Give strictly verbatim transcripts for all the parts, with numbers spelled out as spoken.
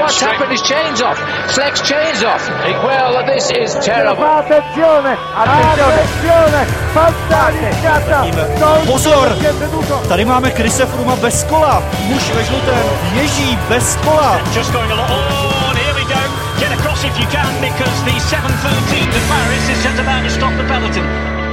what's happened? His chain's off. Flex chain's off. Well, this is terrible. Attenzione, attenzione, Pozor, tady máme Chrise Frooma bez kola. Muž ve žlutém ježí bez kola. Just going a lot. Oh, here we go. Get across if you can, because the seven thirteen to Paris is just about to stop the peloton.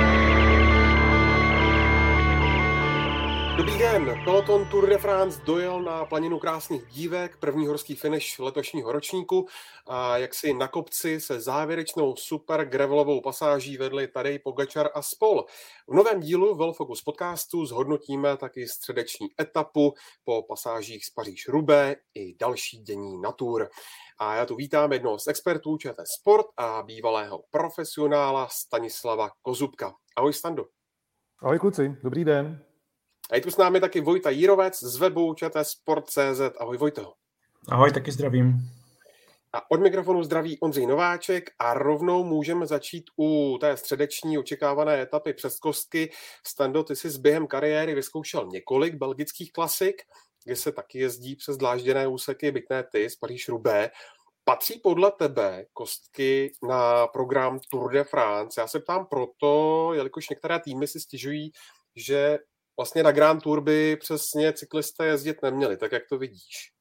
Dobrý den, peloton Tour de France dojel na planinu krásných dívek, první horský finish letošního ročníku a jaksi na kopci se závěrečnou super gravelovou pasáží vedli Tadej Pogačar a spol. V novém dílu World Focus podcastu zhodnotíme taky středeční etapu po pasážích z Paříž-Roubaix i další dění na Tour. A já tu vítám jednoho z expertů ČT Sport a bývalého profesionála Stanislava Kozubka. Ahoj Stando. Ahoj kluci, dobrý den. A je tu s námi taky Vojta Jírovec z webu čtsport tečka cé zet. Ahoj Vojto. Ahoj, taky zdravím. A od mikrofonu zdraví Ondřej Nováček a rovnou můžeme začít u té středeční očekávané etapy přes kostky. Stando, ty jsi s během kariéry vyzkoušel několik belgických klasik, kde se taky jezdí přes dlážděné úseky, byť ne ty, z Paříž-Roubaix. Patří podle tebe kostky na program Tour de France? Já se ptám proto, jelikož některé týmy si stěžují, že vlastně na Grand Tour by přesně cyklisté jezdit neměli, tak jak to vidíš?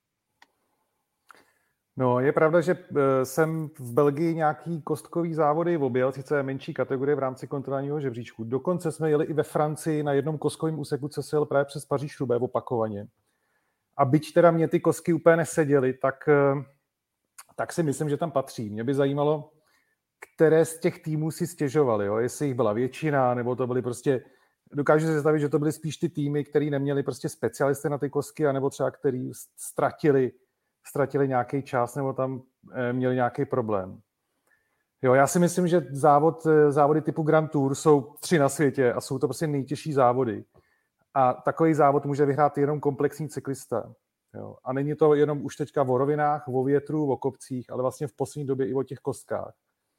No, je pravda, že jsem v Belgii nějaký kostkový závody objel, sice menší kategorie v rámci kontinentálního žebříčku. Dokonce jsme jeli i ve Francii na jednom kostkovém úseku, co se jel právě přes Paříž-Roubaix opakovaně. A byť teda mě ty kostky úplně neseděly, tak, tak si myslím, že tam patří. Mě by zajímalo, které z těch týmů si stěžovali, jo? Jestli jich byla většina, nebo to byly prostě... Dokážu si představit, že to byly spíš ty týmy, který neměli prostě specialisty na ty kostky, anebo třeba který ztratili, ztratili nějaký čas, nebo tam e, měli nějaký problém. Jo, já si myslím, že závod, závody typu Grand Tour jsou tři na světě a jsou to prostě nejtěžší závody. A takový závod může vyhrát jenom komplexní cyklista. Jo. A není to jenom už teďka o rovinách, o větru, o kopcích, ale vlastně v poslední době i o těch kostkách.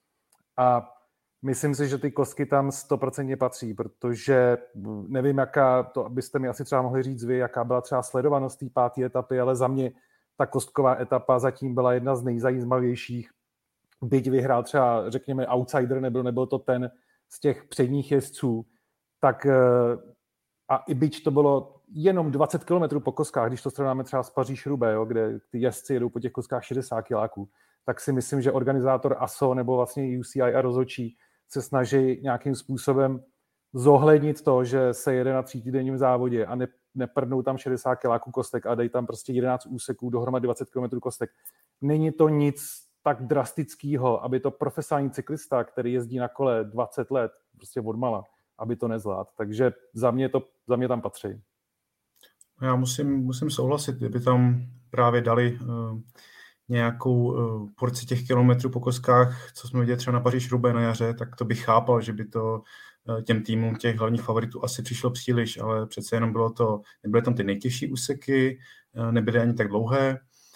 A myslím si, že ty kostky tam stoprocentně patří, protože nevím, jaká, to byste mi asi třeba mohli říct vy, jaká byla třeba sledovanost té páté etapy, ale za mě ta kostková etapa zatím byla jedna z nejzajímavějších. Byť vyhrál třeba, řekněme, outsider, nebyl, nebyl to ten z těch předních jezdců, tak a i byť to bylo jenom dvacet kilometrů po kostkách, když to srovnáme třeba s Paříž-Roubaix, jo, kde ty jezdci jedou po těch kostkách šedesát kiláků, tak si myslím, že organizátor A S O nebo vlastně U C I a rozhodčí se snaží nějakým způsobem zohlednit to, že se jede na třítýdenním závodě a ne, neprdnou tam šedesát kiláků kostek a dají tam prostě jedenáct úseků, dohromady dvacet kilometrů kostek. Není to nic tak drastického, aby to profesionální cyklista, který jezdí na kole dvacet let, prostě odmala, aby to nezvládl. Takže za mě, to, za mě tam patří. Já musím, musím souhlasit, kdyby tam právě dali uh, nějakou uh, porci těch kilometrů po kostkách, co jsme viděli třeba na Paříž-Roubaix na jaře, tak to bych chápal, že by to uh, těm týmům těch hlavních favoritů asi přišlo příliš, ale přece jenom bylo to, nebyly tam ty nejtěžší úseky, uh, nebyly ani tak dlouhé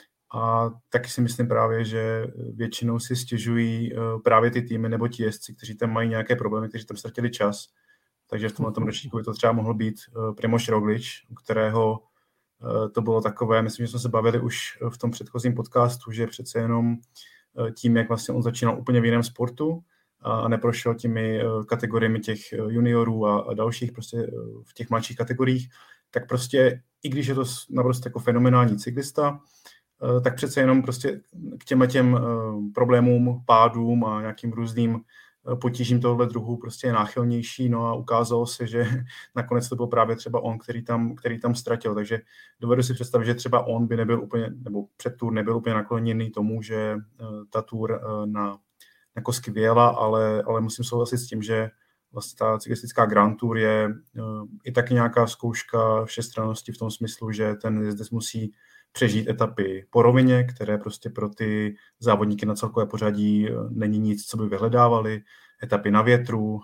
a taky si myslím právě, že většinou si stěžují uh, právě ty týmy nebo ti jezdci, kteří tam mají nějaké problémy, kteří tam ztratili čas. Takže v tomhle ročníku by to třeba mohl být uh, Primož Roglič, u kterého to bylo takové, myslím, že jsme se bavili už v tom předchozím podcastu, že přece jenom tím, jak vlastně on začínal úplně v jiném sportu a neprošel těmi kategoriemi těch juniorů a dalších prostě v těch mladších kategoriích, tak prostě, i když je to naprosto jako fenomenální cyklista, tak přece jenom prostě k těm těm problémům, pádům a nějakým různým potížím tohoto druhu prostě je náchylnější, no a ukázalo se, že nakonec to byl právě třeba on, který tam, který tam ztratil, takže dovedu si představit, že třeba on by nebyl úplně, nebo před Tour nebyl úplně nakloněný tomu, že ta Tour na, na kostky vyjela, ale, ale musím souhlasit s tím, že vlastně ta cyklistická Grand Tour je i taky nějaká zkouška všestrannosti v tom smyslu, že ten jezdec musí přežít etapy po rovině, které prostě pro ty závodníky na celkové pořadí není nic, co by vyhledávali, etapy na větru,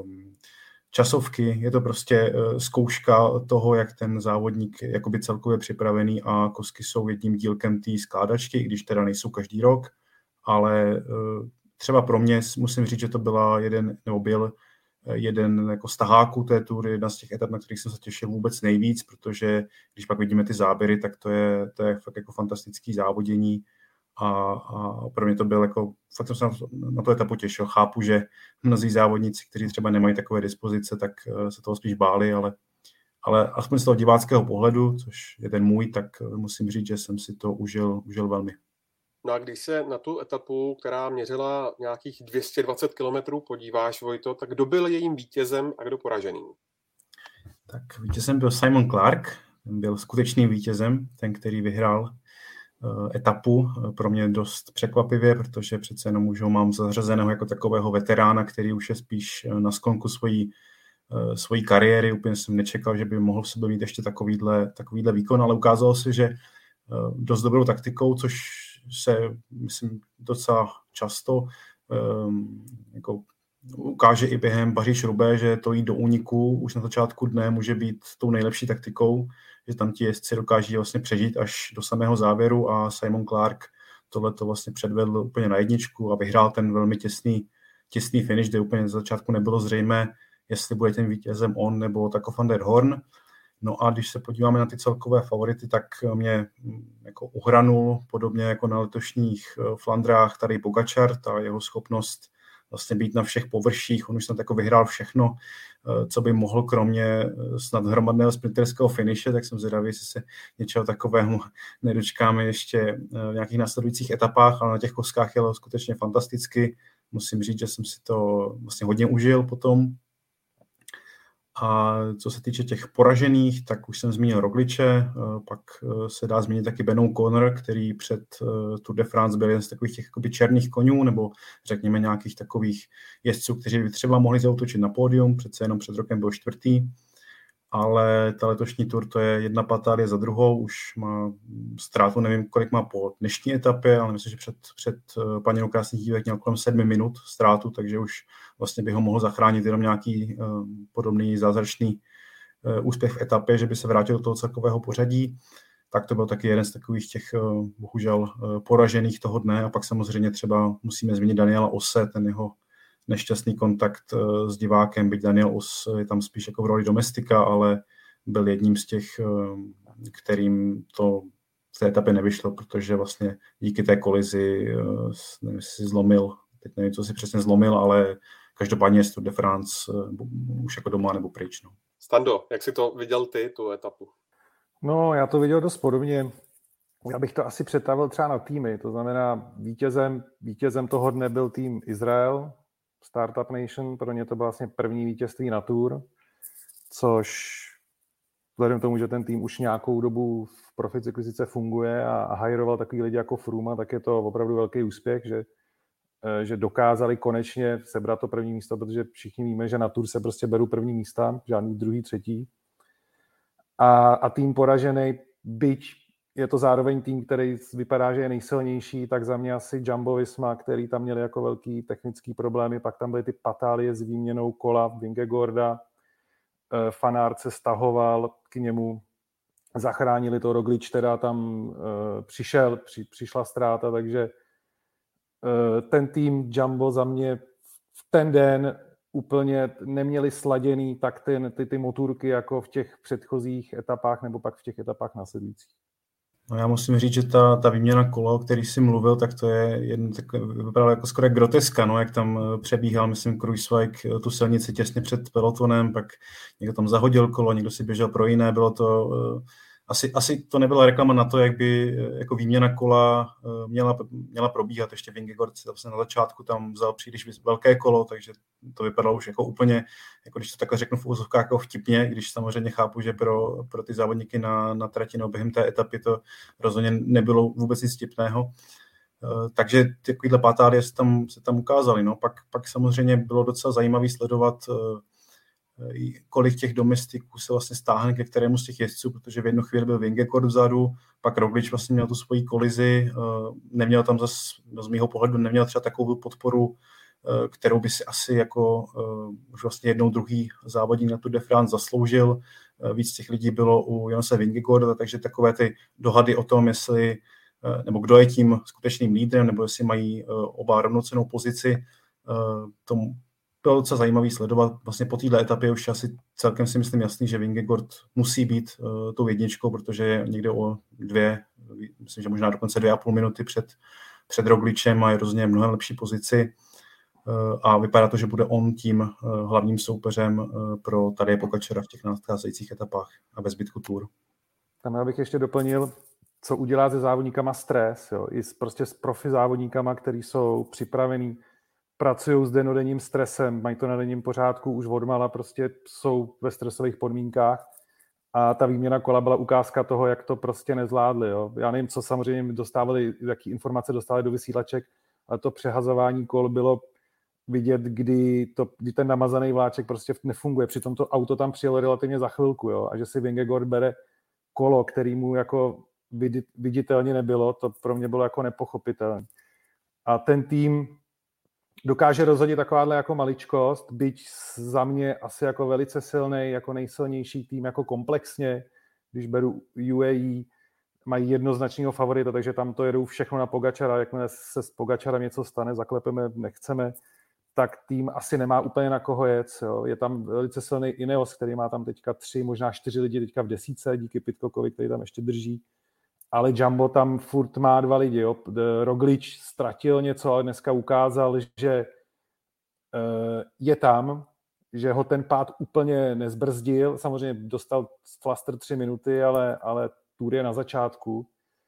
časovky, je to prostě zkouška toho, jak ten závodník je jakoby celkově připravený a kostky jsou jedním dílkem té skládačky, i když teda nejsou každý rok, ale třeba pro mě musím říct, že to byla jeden, nebo byl jeden jako z taháků té tury, jedna z těch etap, na kterých jsem se těšil vůbec nejvíc, protože když pak vidíme ty záběry, tak to je, to je fakt jako fantastický závodění a, a pro mě to byl jako, fakt jsem se na, na tu etapu těšil. Chápu, že mnozí závodníci, kteří třeba nemají takové dispozice, tak se toho spíš báli, ale, ale aspoň z toho diváckého pohledu, což je ten můj, tak musím říct, že jsem si to užil, užil velmi. No a když se na tu etapu, která měřila nějakých dvě stě dvacet kilometrů, podíváš, Vojto, tak kdo byl jejím vítězem a kdo poraženým? Tak vítězem byl Simon Clark, ten byl skutečným vítězem, ten, který vyhrál uh, etapu. Pro mě dost překvapivě, protože přece jenom už ho mám zařazeného jako takového veterána, který už je spíš na sklonku svojí, uh, svojí kariéry. Úplně jsem nečekal, že by mohl v sobě mít ještě takovýhle, takovýhle výkon, ale ukázalo se, že uh, dost dobrou taktikou, což se, myslím, docela často um, jako ukáže i během Paříž-Roubaix, že to jít do úniku už na začátku dne může být tou nejlepší taktikou, že tam ti jezdci dokáží vlastně přežít až do samého závěru a Simon Clark tohle to vlastně předvedl úplně na jedničku a vyhrál ten velmi těsný, těsný finish, kde úplně na začátku nebylo zřejmé, jestli bude ten vítězem on nebo Taco van der Horn. No a když se podíváme na ty celkové favority, tak mě jako uhranul podobně jako na letošních Flandrách tady Pogačar, ta jeho schopnost vlastně být na všech površích, on už snad jako vyhrál všechno, co by mohl, kromě snad hromadného sprinterského finiše, tak jsem zvědavý, jestli se něčeho takového nedočkáme ještě v nějakých následujících etapách, ale na těch koskách jelo skutečně fantasticky. Musím říct, že jsem si to vlastně hodně užil potom. A co se týče těch poražených, tak už jsem zmínil Rogliče, pak se dá zmínit taky Ben O'Connor, který před Tour de France byl jeden z takových těch jakoby černých konňů, nebo řekněme nějakých takových jezdců, kteří by třeba mohli zaútočit na pódium, přece jenom před rokem byl čtvrtý, ale ta letošní Tour to je jedna patálie za druhou, už má ztrátu, nevím, kolik má po dnešní etapě, ale myslím, že před, před Paněnou krásných dívek měl kolem sedmi minut ztrátu, takže už vlastně by ho mohl zachránit jenom nějaký uh, podobný zázračný uh, úspěch v etapě, že by se vrátil do toho celkového pořadí. Tak to byl taky jeden z takových těch uh, bohužel uh, poražených toho dne a pak samozřejmě třeba musíme zmínit Daniela Osse, ten jeho nešťastný kontakt uh, s divákem, byť Daniel Oss je tam spíš jako v roli domestika, ale byl jedním z těch, uh, kterým to v té etapě nevyšlo, protože vlastně díky té kolizi uh, nevím, jestli si zlomil, teď nevím, co si přesně zlomil, ale každopádně je Tour de France uh, už jako doma nebo pryč. No. Stando, jak jsi to viděl ty, tu etapu? No, já to viděl dost podobně. Já bych to asi přetavil třeba na týmy, to znamená vítězem, vítězem toho dne byl tým Izrael, Startup Nation, pro ně to bylo vlastně první vítězství na Tour, což vzhledem k tomu, že ten tým už nějakou dobu v proficyklistice funguje a, a hajroval takový lidi jako Froome, tak je to opravdu velký úspěch, že, že dokázali konečně sebrat to první místo, protože všichni víme, že na Tour se prostě berou první místa, žádný druhý, třetí. A, a tým poražený, byť je to zároveň tým, který vypadá, že je nejsilnější, tak za mě asi Jumbo Visma, který tam měli jako velký technický problémy, pak tam byly ty patálie s výměnou kola Vingegaarda, Van Aert se stahoval k němu, zachránili to, Roglič teda tam uh, přišel, při, přišla ztráta, takže uh, ten tým Jumbo za mě v ten den úplně neměli sladěný tak ty, ty, ty motorky jako v těch předchozích etapách nebo pak v těch etapách následujících. No já musím říct, že ta, ta výměna kola, o který jsi mluvil, tak to je jedno takové, vypadalo jako skoro groteska, no, jak tam přebíhal, myslím, Kruijswijk tu silnici těsně před pelotonem, pak někdo tam zahodil kolo, někdo si běžel pro jiné, bylo to, uh, asi, asi to nebyla reklama na to, jak by jako výměna kola uh, měla, měla probíhat, ještě Vingegaard si vlastně na začátku tam vzal příliš velké kolo, takže to vypadalo už jako úplně, jako když to takhle řeknu v úvozovkách, jako vtipně, když samozřejmě chápu, že pro, pro ty závodníky na, na trati no, během té etapy to rozhodně nebylo vůbec nic vtipného. Uh, takže takovýhle patálie se tam, se tam ukázaly. No. Pak, pak samozřejmě bylo docela zajímavý sledovat, uh, kolik těch domestiků se vlastně stáhne ke kterému z těch jezdců, protože v jednu chvíli byl Vingegaard vzadu, pak Roglič vlastně měl tu svoji kolizi, uh, neměl tam zase, z mýho pohledu, neměl třeba takovou podporu, kterou by si asi jako uh, už vlastně jednou druhý závodník na Tour de France zasloužil. Uh, víc těch lidí bylo u Jonase Vingegaarda, takže takové ty dohady o tom, jestli, uh, nebo kdo je tím skutečným lídrem, nebo jestli mají uh, oba rovnocennou pozici, uh, tomu bylo docela zajímavý sledovat. Vlastně po této etapě už asi celkem si myslím jasný, že Vingegaard musí být uh, tou jedničkou, protože je někde o dvě, myslím, že možná dokonce dvě a půl minuty před, před Rogličem a je rozhodně mnohem lepší pozici. Uh, a vypadá to, že bude on tím uh, hlavním soupeřem uh, pro Tadeje Pogačara v těch nadcházejících etapách a ve zbytku Tour. Tam já bych ještě doplnil, co udělá se závodníkama stres, jo? I s, prostě s profi závodníkama, kteří jsou připravení, pracují s denodenním stresem, mají to na denním pořádku, už odmala prostě jsou ve stresových podmínkách a ta výměna kola byla ukázka toho, jak to prostě nezvládli. Jo? Já nevím, co samozřejmě dostávali, jaký informace dostávali do vysílaček, ale to přehazování kol bylo vidět, kdy, to, kdy ten namazaný vláček prostě nefunguje. Přitom to auto tam přijelo relativně za chvilku, jo? A že si Vingegaard bere kolo, který mu jako viditelně nebylo, to pro mě bylo jako nepochopitelné. A ten tým dokáže rozhodit takováhle jako maličkost, byť za mě asi jako velice silný, jako nejsilnější tým, jako komplexně, když beru U A E, mají jednoznačného favorita, takže tam to jedou všechno na Pogačara, jakmile se s Pogačarem něco stane, zaklepeme, nechceme, tak tým asi nemá úplně na koho jet. Jo. Je tam velice silný Ineos, který má tam teďka tři, možná čtyři lidi teďka v desíce, díky Pitcockovi, který tam ještě drží. Ale Jumbo tam furt má dva lidi. Jo. Roglič ztratil něco, ale dneska ukázal, že je tam, že ho ten pád úplně nezbrzdil. Samozřejmě dostal flaster tři minuty, ale, ale Tour je na začátku.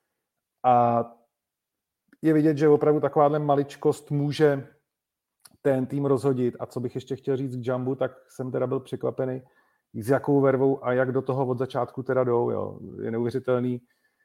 A je vidět, že opravdu takováhle maličkost může ten tým rozhodit. A co bych ještě chtěl říct k Jumbu, tak jsem teda byl překvapený, s jakou vervou a jak do toho od začátku teda jdou. Jo. Je neuvěřitelný.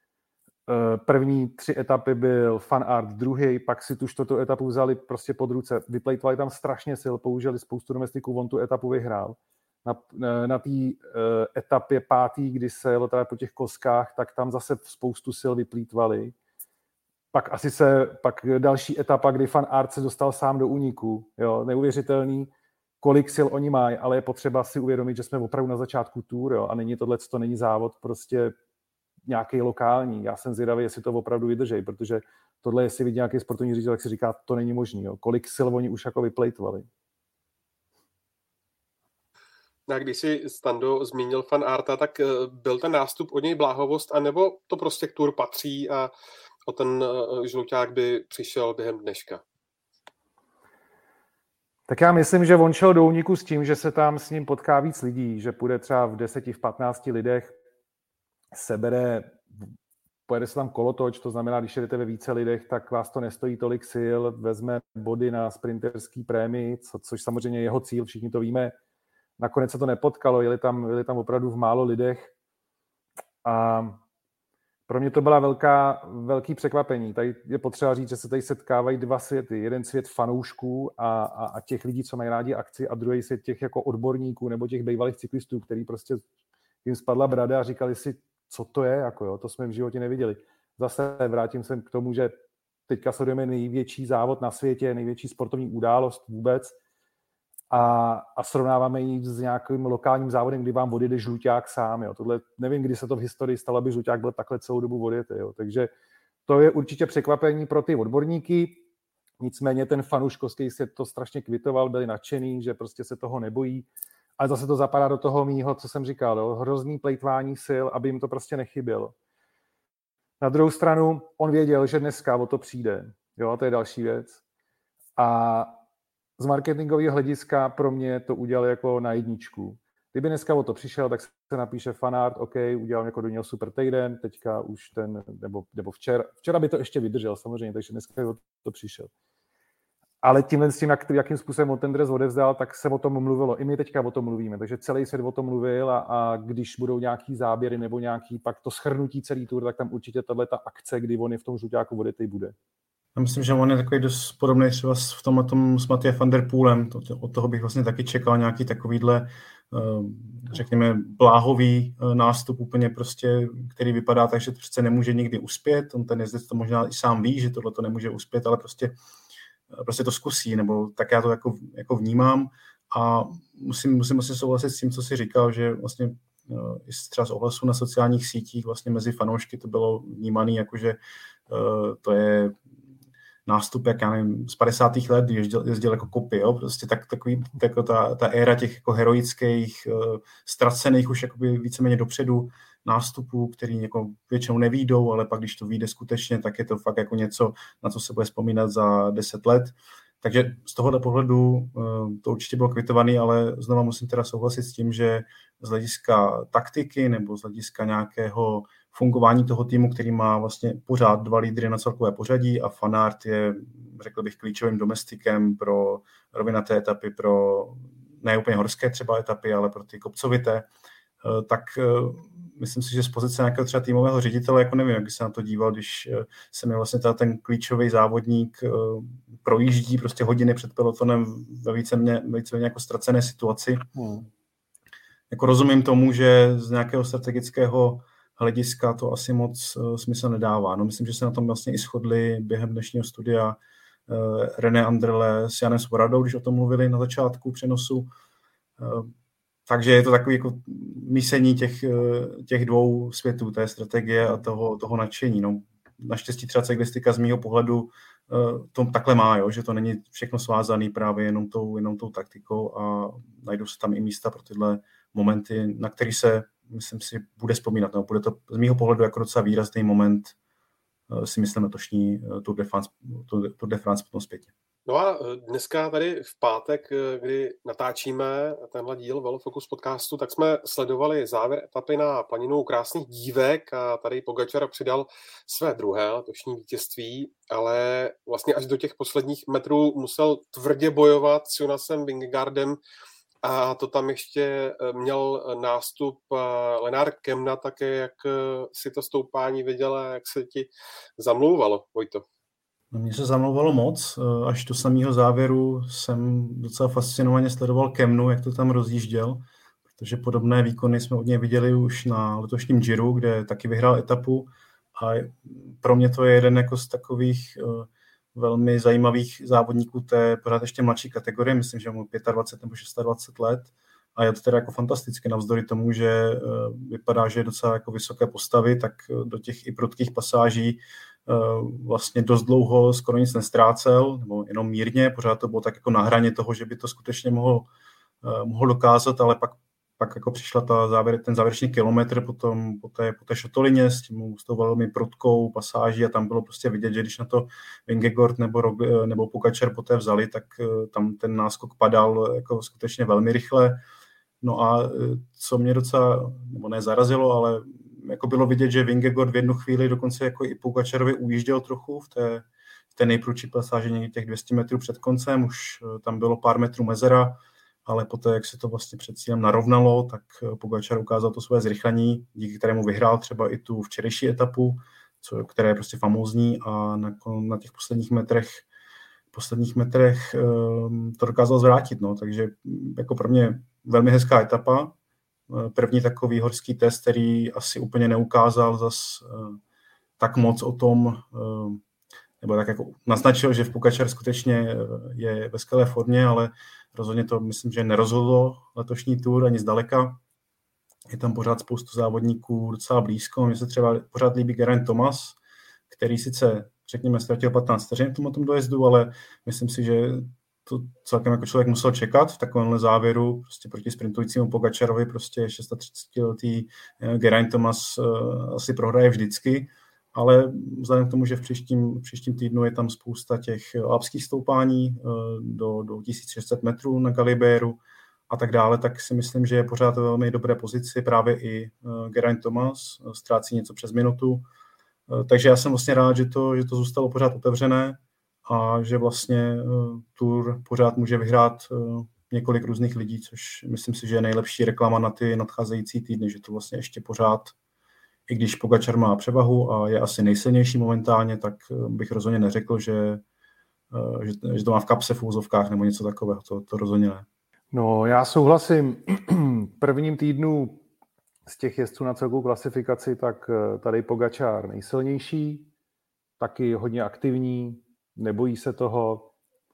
První tři etapy byl Van Aert, druhý, pak si tu čtvrtou etapu vzali prostě pod ruce. Vyplejtovali tam strašně sil, použili spoustu domestiků, on tu etapu vyhrál. Na, na té uh, etapě pátý, kdy se jelo teda po těch koskách, tak tam zase spoustu sil vyplýtvali. Pak asi se, pak další etapa, kdy Van Aert se dostal sám do úniku. Jo, neuvěřitelný, kolik sil oni mají, ale je potřeba si uvědomit, že jsme opravdu na začátku Tour, jo, a není tohle, to není závod prostě nějaký lokální. Já jsem zvědavý, jestli to opravdu vydržej, protože tohle, jestli vidí nějaký sportovní ředitel, tak si říká, to není možný. Jo. Kolik sil oni už jako vyplejtovali. A když si Stando zmínil Van Aerta, tak byl ten nástup od něj bláhovost, anebo to prostě k Tour patří a o ten žluťák by přišel během dneška? Tak já myslím, že on šel do úniku s tím, že se tam s ním potká víc lidí, že půjde třeba v deseti, v patnácti lidech, sebere, pojede se tam kolotoč, to znamená, když jedete ve více lidech, tak vás to nestojí tolik sil, vezme body na sprinterský prémii, co, což samozřejmě je jeho cíl, všichni to víme. Nakonec se to nepotkalo, jeli tam, jeli tam opravdu v málo lidech a pro mě to byla velká, velký překvapení. Tady je potřeba říct, že se tady setkávají dva světy. Jeden svět fanoušků a, a, a těch lidí, co mají rádi akci, a druhý svět těch jako odborníků nebo těch bývalých cyklistů, který prostě jim spadla brada a říkali si, co to je, jako jo, to jsme v životě neviděli. Zase vrátím se k tomu, že teďka sledujeme největší závod na světě, největší sportovní událost vůbec a, a srovnáváme ji s nějakým lokálním závodem, kdy vám odjede žluťák sám. Jo. Tohle, nevím, kdy se to v historii stalo, aby žluťák byl takhle celou dobu odjete. Jo. Takže to je určitě překvapení pro ty odborníky. Nicméně ten fanouškovský svět to strašně kvitoval, byli nadšený, že prostě se toho nebojí. Ale zase to zapadá do toho mýho, co jsem říkal, jo? Hrozný plejtvání sil, aby jim to prostě nechybělo. Na druhou stranu, on věděl, že dneska o to přijde. Jo, to je další věc. A z marketingového hlediska pro mě to udělal jako na jedničku. Kdyby dneska o to přišel, tak se napíše Van Aert, OK, udělal jako do něho super týden, teďka už ten, nebo, nebo včera, včera by to ještě vydržel samozřejmě, takže dneska o to přišel. Ale tímhle s tím, jak, jakým způsobem on ten dres odevzdal, tak se o tom mluvilo. I my teďka o tom mluvíme. Takže celý svět o tom mluvil a, a když budou nějaký záběry nebo nějaký pak to shrnutí celý Tour, tak tam určitě tato akce, kdy on je v tom žluťáku odjetej, bude. Já myslím, že on je takový dost podobný třeba v tom, tom s Mathieu van der Poelem. To, od toho bych vlastně taky čekal nějaký takovýhle, řekněme, bláhový nástup úplně prostě, který vypadá tak, že to přece nemůže nikdy uspět. On ten jezdec to možná i sám ví, že tohle to nemůže uspět, ale prostě prostě to zkusí, nebo tak já to jako, jako vnímám a musím, musím asi souhlasit s tím, co jsi říkal, že vlastně uh, i třeba z ohlasu na sociálních sítích vlastně mezi fanoušky to bylo vnímané jako, že uh, to je nástup, jak já nevím, z padesátých let, když jezdil, jezdil jako kopy, jo, prostě tak, takový, jako ta, ta éra těch jako heroických, uh, ztracených už jakoby víceméně dopředu nástupů, který jako většinou nevídou, ale pak když to vyjde skutečně, tak je to fakt jako něco, na co se bude vzpomínat za deset let. Takže z tohohle pohledu uh, to určitě bylo kvitovaný, ale znova musím teda souhlasit s tím, že z hlediska taktiky nebo z hlediska nějakého fungování toho týmu, který má vlastně pořád dva lídry na celkové pořadí a Van Aert je, řekl bych, klíčovým domestikem pro rovinaté etapy, pro ne úplně horské třeba etapy, ale pro ty kopcovité, tak myslím si, že z pozice nějakého třeba týmového ředitele, jako nevím, jak by se na to díval, když se mi vlastně ten klíčový závodník projíždí prostě hodiny před pelotonem ve víceméně, víceméně jako ztracené situaci. Hmm. Jako rozumím tomu, že z nějakého strategického hlediska to asi moc uh, smysl nedává. No, myslím, že se na tom vlastně i shodli během dnešního studia uh, René Andrle s Janem Svoradou, když o tom mluvili na začátku přenosu. Uh, takže je to takový jako mísení těch, uh, těch dvou světů, té strategie a toho, toho nadšení. No, naštěstí třeba cyklistika z mýho pohledu uh, to takhle má, jo, že to není všechno svázané právě jenom tou, jenom tou taktikou a najdou se tam i místa pro tyhle momenty, na který se myslím si, bude vzpomínat. No, bude to z mýho pohledu jako docela výrazný moment, si myslím, letošní Tour de France, Tour de France potom zpětně. No a dneska tady v pátek, kdy natáčíme tenhle díl Velofocus podcastu, tak jsme sledovali závěr etapy na planinu Krásných dívek a tady Pogačar přidal své druhé letošní vítězství, ale vlastně až do těch posledních metrů musel tvrdě bojovat s Jonasem Vingegaardem. A to tam ještě měl nástup Lennart Kemna také, jak si to stoupání viděl a jak se ti zamlouvalo, Vojto? Mně se zamlouvalo moc, až do samého závěru jsem docela fascinovaně sledoval Kemnu, jak to tam rozjížděl, protože podobné výkony jsme od něj viděli už na letošním Giro, kde taky vyhrál etapu a pro mě to je jeden jako z takových velmi zajímavých závodníků té pořád ještě mladší kategorie, myslím, že mu dvacet pět nebo dvacet šest let a je to teda jako fantasticky navzdory tomu, že vypadá, že je docela jako vysoké postavy, tak do těch i prudkých pasáží vlastně dost dlouho skoro nic nestrácel, nebo jenom mírně, pořád to bylo tak jako na hraně toho, že by to skutečně mohl, mohl dokázat, ale pak pak jako přišla ta závěr, ten závěrečný kilometr potom, po té, po té šotolině s, tím, s tou velmi prudkou pasáží a tam bylo prostě vidět, že když na to Vingegaard nebo, nebo Pogačar poté vzali, tak tam ten náskok padal jako skutečně velmi rychle. No a co mě docela, nebo ne zarazilo, ale jako bylo vidět, že Vingegaard v jednu chvíli dokonce jako i Pogačarovi ujížděl trochu v té, v té nejprudší pasáži někdy těch dvě stě metrů před koncem, už tam bylo pár metrů mezera, ale poté, jak se to vlastně před cílem narovnalo, tak Pogačar ukázal to své zrychlení, díky kterému vyhrál třeba i tu včerejší etapu, co, která je prostě famózní a na, na těch posledních metrech, posledních metrech um, to dokázal zvrátit. No. Takže jako pro mě velmi hezká etapa. První takový horský test, který asi úplně neukázal zas uh, tak moc o tom, uh, nebo tak jako naznačil, že v Pogačar skutečně je ve skvělé formě, ale rozhodně to myslím, že nerozhodlo letošní Tour ani zdaleka. Je tam pořád spoustu závodníků docela blízko. Mně se třeba pořád líbí Geraint Thomas, který sice, řekněme, ztratil patnáct vteřin v tom, tom dojezdu, ale myslím si, že to celkem jako člověk musel čekat v takovémhle závěru, prostě proti sprintujícímu Pogačarovi, prostě třicetišestiletý Geraint Thomas uh, asi prohraje vždycky, ale vzhledem k tomu, že v příštím, v příštím týdnu je tam spousta těch alpských stoupání do, do tisíc šest set metrů na Galibiéru a tak dále, tak si myslím, že je pořád ve velmi dobré pozici právě i Geraint Thomas, ztrácí něco přes minutu. Takže já jsem vlastně rád, že to, že to zůstalo pořád otevřené a že vlastně Tour pořád může vyhrát několik různých lidí, což myslím si, že je nejlepší reklama na ty nadcházející týdny, že to vlastně ještě pořád, i když Pogačar má převahu a je asi nejsilnější momentálně, tak bych rozhodně neřekl, že, že, že to má v kapse v úzovkách nebo něco takového. To, to rozhodně ne. No, já souhlasím. V prvním týdnu z těch jezdců na celkovou klasifikaci, tak tady Pogačar nejsilnější, taky hodně aktivní, nebojí se toho.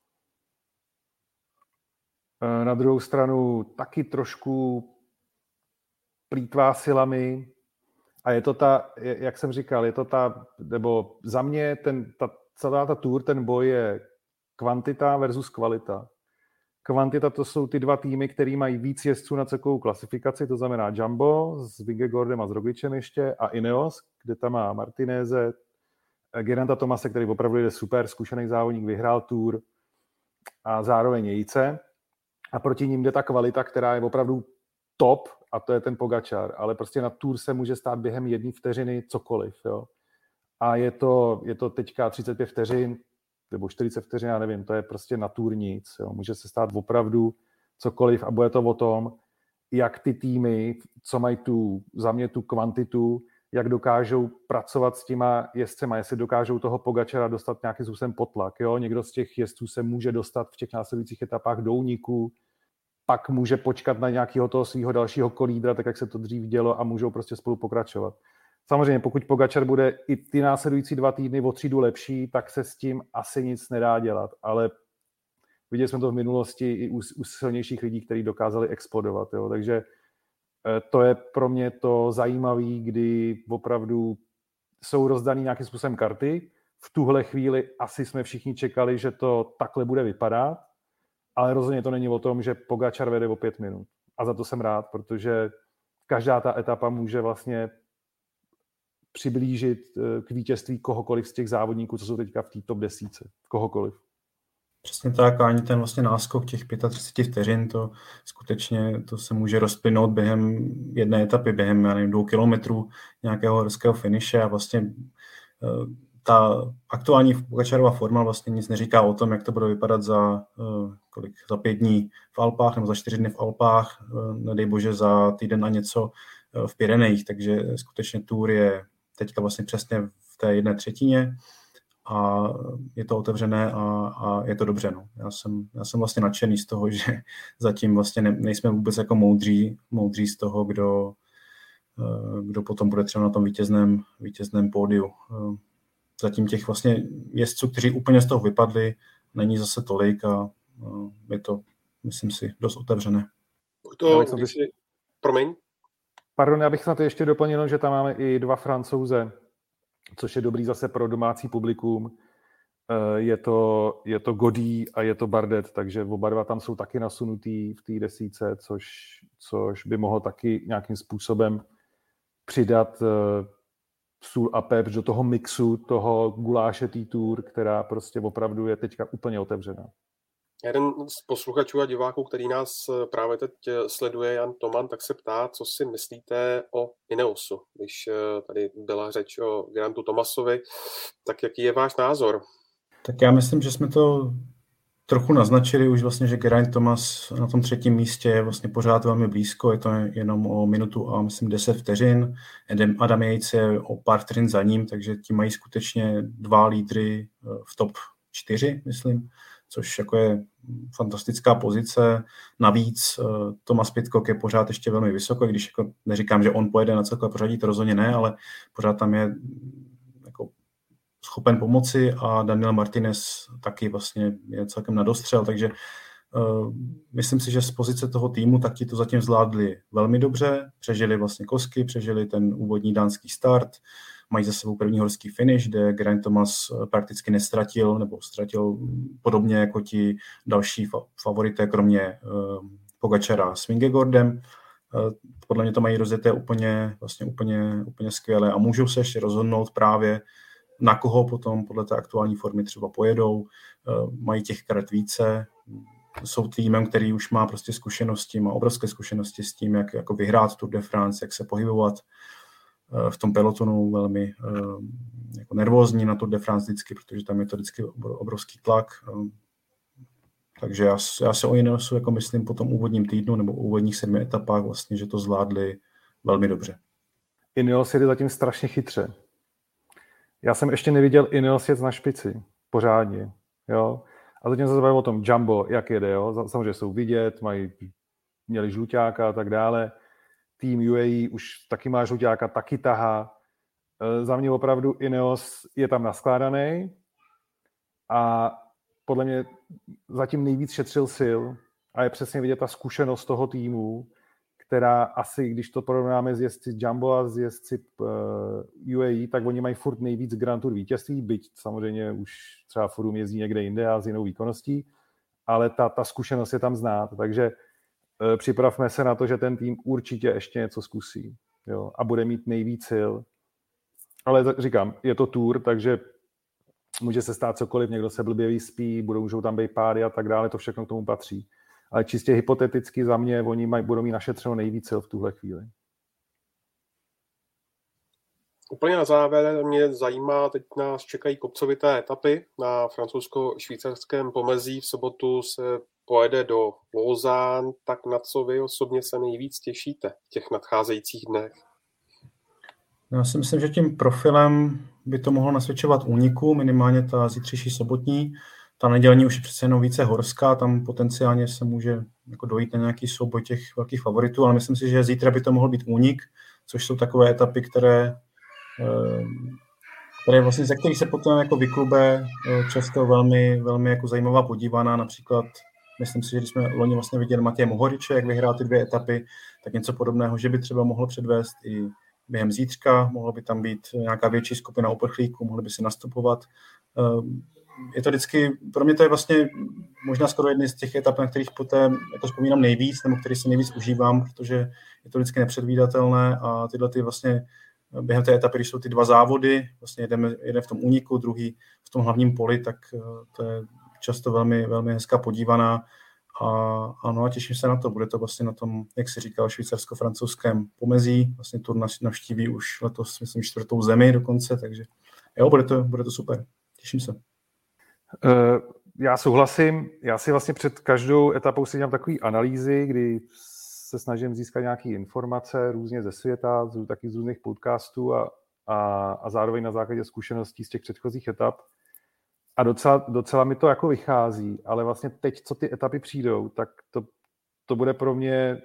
Na druhou stranu taky trošku plýtvá silami, A je to ta, jak jsem říkal, je to ta, nebo za mě ten, ta, celá ta tour, ten boj je kvantita versus kvalita. Kvantita to jsou ty dva týmy, který mají víc jezdců na celkovou klasifikaci, to znamená Jumbo s Vingegaardem a s Roglicem ještě a Ineos, kde tam má Martineze, Geranta Thomase, který opravdu je super, zkušený závodník, vyhrál tour a zároveň Jejce. A proti ním jde ta kvalita, která je opravdu top, a to je ten Pogačar, ale prostě na tour se může stát během jedné vteřiny cokoliv. Jo? A je to, je to teďka třicet pět vteřin, nebo čtyřicet vteřin, já nevím, to je prostě na tour nic. Jo? Může se stát opravdu cokoliv a bude to o tom, jak ty týmy, co mají tu, za mě tu kvantitu, jak dokážou pracovat s těma jezdcema, jestli dokážou toho Pogačara dostat nějakým způsobem pod tlak. Jo? Někdo z těch jezdců se může dostat v těch následujících etapách do úniku, pak může počkat na nějakého toho svého dalšího kolídra, tak jak se to dřív dělo a můžou prostě spolu pokračovat. Samozřejmě, pokud Pogačar bude i ty následující dva týdny o třídu lepší, tak se s tím asi nic nedá dělat, ale viděli jsme to v minulosti i u, u silnějších lidí, kteří dokázali explodovat. Jo? Takže to je pro mě to zajímavé, kdy opravdu jsou rozdaný nějakým způsobem karty. V tuhle chvíli asi jsme všichni čekali, že to takhle bude vypadat, ale rozhodně to není o tom, že Pogačar vede o pět minut. A za to jsem rád, protože každá ta etapa může vlastně přiblížit k vítězství kohokoliv z těch závodníků, co jsou teďka v té top desítce. Kohokoliv. Přesně tak, ani ten vlastně náskok těch třicet pět vteřin, to skutečně to se může rozplynout během jedné etapy, během, já nevím, dvou kilometrů nějakého horského finiše a vlastně ta aktuální Pogačarova forma vlastně nic neříká o tom, jak to bude vypadat za, kolik, za pět dní v Alpách nebo za čtyři dny v Alpách, nedej bože za týden a něco v Pyrenejích, takže skutečně Tour je teďka vlastně přesně v té jedné třetině a je to otevřené a, a je to dobře. No. Já, jsem, já jsem vlastně nadšený z toho, že zatím vlastně ne, nejsme vůbec jako moudří, moudří z toho, kdo, kdo potom bude třeba na tom vítězném, vítězném pódiu. Zatím těch vlastně jezdců, kteří úplně z toho vypadli, není zase tolik a je to, myslím si, dost otevřené. To, když si... Promiň. Pardon, já bych na to ještě doplnil, že tam máme i dva Francouze, což je dobrý zase pro domácí publikum. Je to, je to Godí a je to Bardet, takže oba dva tam jsou taky nasunutý v té desíce, což, což by mohlo taky nějakým způsobem přidat sůl a pepř do toho mixu, toho guláše té tour, která prostě opravdu je teďka úplně otevřená. Jeden z posluchačů a diváků, který nás právě teď sleduje, Jan Toman, tak se ptá, co si myslíte o Ineosu. Když tady byla řeč o Gerantu Thomasovi, tak jaký je váš názor? Tak já myslím, že jsme to trochu naznačili už vlastně, že Geraint Thomas na tom třetím místě je vlastně pořád velmi blízko, je to jenom o minutu a myslím deset vteřin. Adam, Adam Yates je o pár vteřin za ním, takže ti mají skutečně dva lídry v top čtyři, myslím, což jako je fantastická pozice. Navíc Thomas Pidcock je pořád ještě velmi vysoko, když jako neříkám, že on pojede na celkové pořadí, to rozhodně ne, ale pořád tam je jako schopen pomoci a Daniel Martinez taky vlastně je celkem na dostřel, takže uh, myslím si, že z pozice toho týmu tak ti to zatím zvládli velmi dobře, přežili vlastně kosky, přežili ten úvodní dánský start, mají za sebou první horský finish, kde Geraint Thomas prakticky nestratil, nebo ztratil podobně jako ti další favorité, kromě uh, Pogačara s Vingegaardem. Uh, podle mě to mají rozjeté úplně, vlastně úplně, úplně skvěle a můžou se ještě rozhodnout právě na koho potom podle té aktuální formy třeba pojedou, uh, mají těch karet více, jsou týmem, který už má prostě zkušenosti, má obrovské zkušenosti s tím, jak jako vyhrát Tour de France, jak se pohybovat v tom pelotonu velmi jako nervózní na Tour de France vždycky, protože tam je to vždycky obrovský tlak. Takže já, já se o Ineosu jako myslím po tom úvodním týdnu nebo úvodních sedmi etapách vlastně, že to zvládli velmi dobře. Ineos jede zatím strašně chytře. Já jsem ještě neviděl Ineos jet na špici. Pořádně. Jo? A zatím se zabavím o tom Jumbo, jak jede. Jo? Samozřejmě jsou vidět, mají, měli žluťáka a tak dále. Tým U A E už taky má žluťáka, taky tahá. Za mě opravdu Ineos je tam naskládaný a podle mě zatím nejvíc šetřil sil a je přesně vidět ta zkušenost toho týmu, která asi, když to porovnáme s jezdci Jumbo a s jezdci uh, U A E, tak oni mají furt nejvíc Grand Tour vítězství, byť samozřejmě už třeba Froome jezdí někde jinde a s jinou výkonností, ale ta, ta zkušenost je tam znát, takže uh, připravme se na to, že ten tým určitě ještě něco zkusí, jo, a bude mít nejvíc sil. Ale říkám, je to Tour, takže může se stát cokoliv, někdo se blbě vyspí, budou, můžou tam být pády a tak dále, to všechno k tomu patří. Ale čistě hypoteticky za mě, oni maj, budou mít našetřeno nejvíc sil v tuhle chvíli. Úplně na závěr mě zajímá, teď nás čekají kopcovité etapy na francouzsko-švýcarském pomezí. V sobotu se pojede do Lausanne, tak na co vy osobně se nejvíc těšíte v těch nadcházejících dnech? Já si myslím, že tím profilem by to mohlo nasvědčovat úniku, minimálně ta zítřejší sobotní. Ta nedělní už je přece jenom více horská, tam potenciálně se může jako dojít na nějaký souboj těch velkých favoritů, ale myslím si, že zítra by to mohl být únik, což jsou takové etapy, které, které vlastně, ze kterých se potom jako vyklube často velmi, velmi jako zajímavá podívaná. Například, myslím si, že když jsme loni vlastně viděli Matěje Mohoriče, jak vyhrál ty dvě etapy, tak něco podobného, že by třeba mohl předvést i během zítřka, mohlo by tam být nějaká větší skupina uprchlíků, mohli by si nastupovat. Je to vždycky, pro mě to je vlastně možná skoro jedny z těch etap, na kterých poté jako vzpomínám nejvíc, nebo který si nejvíc užívám, protože je to vždycky nepředvídatelné a tyhle ty vlastně během té etapy, když jsou ty dva závody, vlastně jeden, jeden v tom úniku, druhý v tom hlavním poli, tak to je často velmi, velmi hezká podívaná. A ano, a těším se na to. Bude to vlastně na tom, jak si říkal, švýcarsko-francouzském pomezí. Vlastně tur navštíví už letos, myslím, čtvrtou zemi dokonce, takže jo, bude to, bude to super. Těším se. Já souhlasím. Já si vlastně před každou etapou si dělám takové analýzy, kdy se snažím získat nějaké informace různě ze světa, taky z různých podcastů a, a, a zároveň na základě zkušeností z těch předchozích etap. A docela, docela mi to jako vychází, ale vlastně teď, co ty etapy přijdou, tak to, to bude pro mě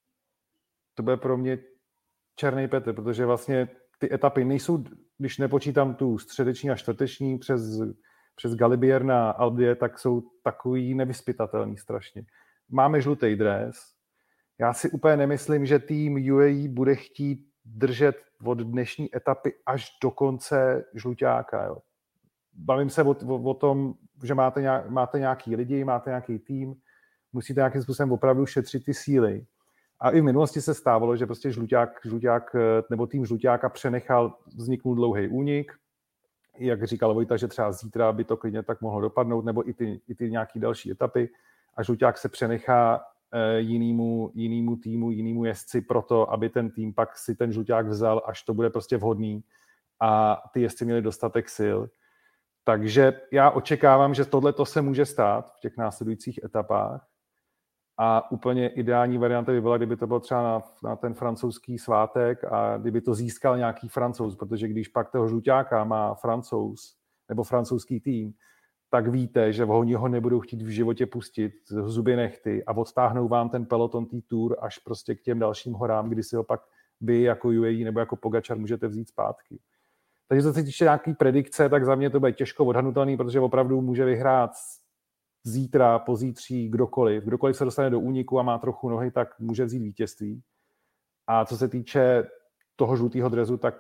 to bude pro mě černý Petr, protože vlastně ty etapy nejsou, když nepočítám tu středeční a čtvrteční přes, přes Galibier na Albie, tak jsou takový nevyzpytatelný strašně. Máme žlutý dres. Já si úplně nemyslím, že tým U A E bude chtít držet od dnešní etapy až do konce žluťáka, jo. Bavím se o, o, o tom, že máte, nějak, máte nějaký lidi, máte nějaký tým, musíte nějakým způsobem opravdu šetřit ty síly. A i v minulosti se stávalo, že prostě žluťák, žluťák nebo tým žluťáka přenechal, vzniknul dlouhý únik. Jak říkal Vojta, že třeba zítra by to klidně tak mohlo dopadnout, nebo i ty, i ty nějaký další etapy. A žluťák se přenechá jinému, jinému týmu, jinému jezdci proto, aby ten tým pak si ten žluťák vzal, až to bude prostě vhodný a ty jezdci měli dostatek sil. Takže já očekávám, že tohleto se může stát v těch následujících etapách a úplně ideální varianta by byla, kdyby to bylo třeba na, na ten francouzský svátek a kdyby to získal nějaký Francouz, protože když pak toho žluťáka má Francouz nebo francouzský tým, tak víte, že oni ho nebudou chtít v životě pustit zuby nechty a odtáhnou vám ten peloton tý Tour až prostě k těm dalším horám, kdy si ho pak vy jako U A E nebo jako Pogačar můžete vzít zpátky. Takže co se týče nějaký predikce, tak za mě to bude těžko odhadnutelný, protože opravdu může vyhrát zítra, pozítří, kdokoliv. Kdokoliv se dostane do úniku a má trochu nohy, tak může vzít vítězství. A co se týče toho žlutého dresu, tak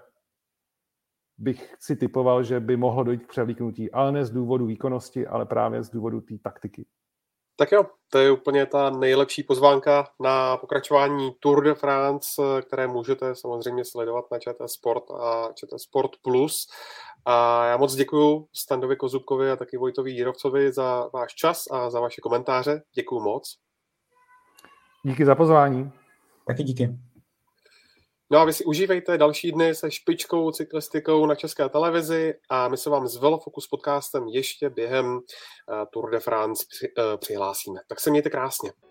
bych si typoval, že by mohlo dojít k převlíknutí, ale ne z důvodu výkonnosti, ale právě z důvodu té taktiky. Tak jo, to je úplně ta nejlepší pozvánka na pokračování Tour de France, které můžete samozřejmě sledovat na ČT Sport a ČT Sport Plus. A já moc děkuju Standovi Kozubkovi a taky Vojtovi Jírovcovi za váš čas a za vaše komentáře. Děkuju moc. Díky za pozvání. Taky díky. No a vy si užívejte další dny se špičkou cyklistikou na České televizi a my se vám s Velofocus podcastem ještě během Tour de France přihlásíme. Tak se mějte krásně.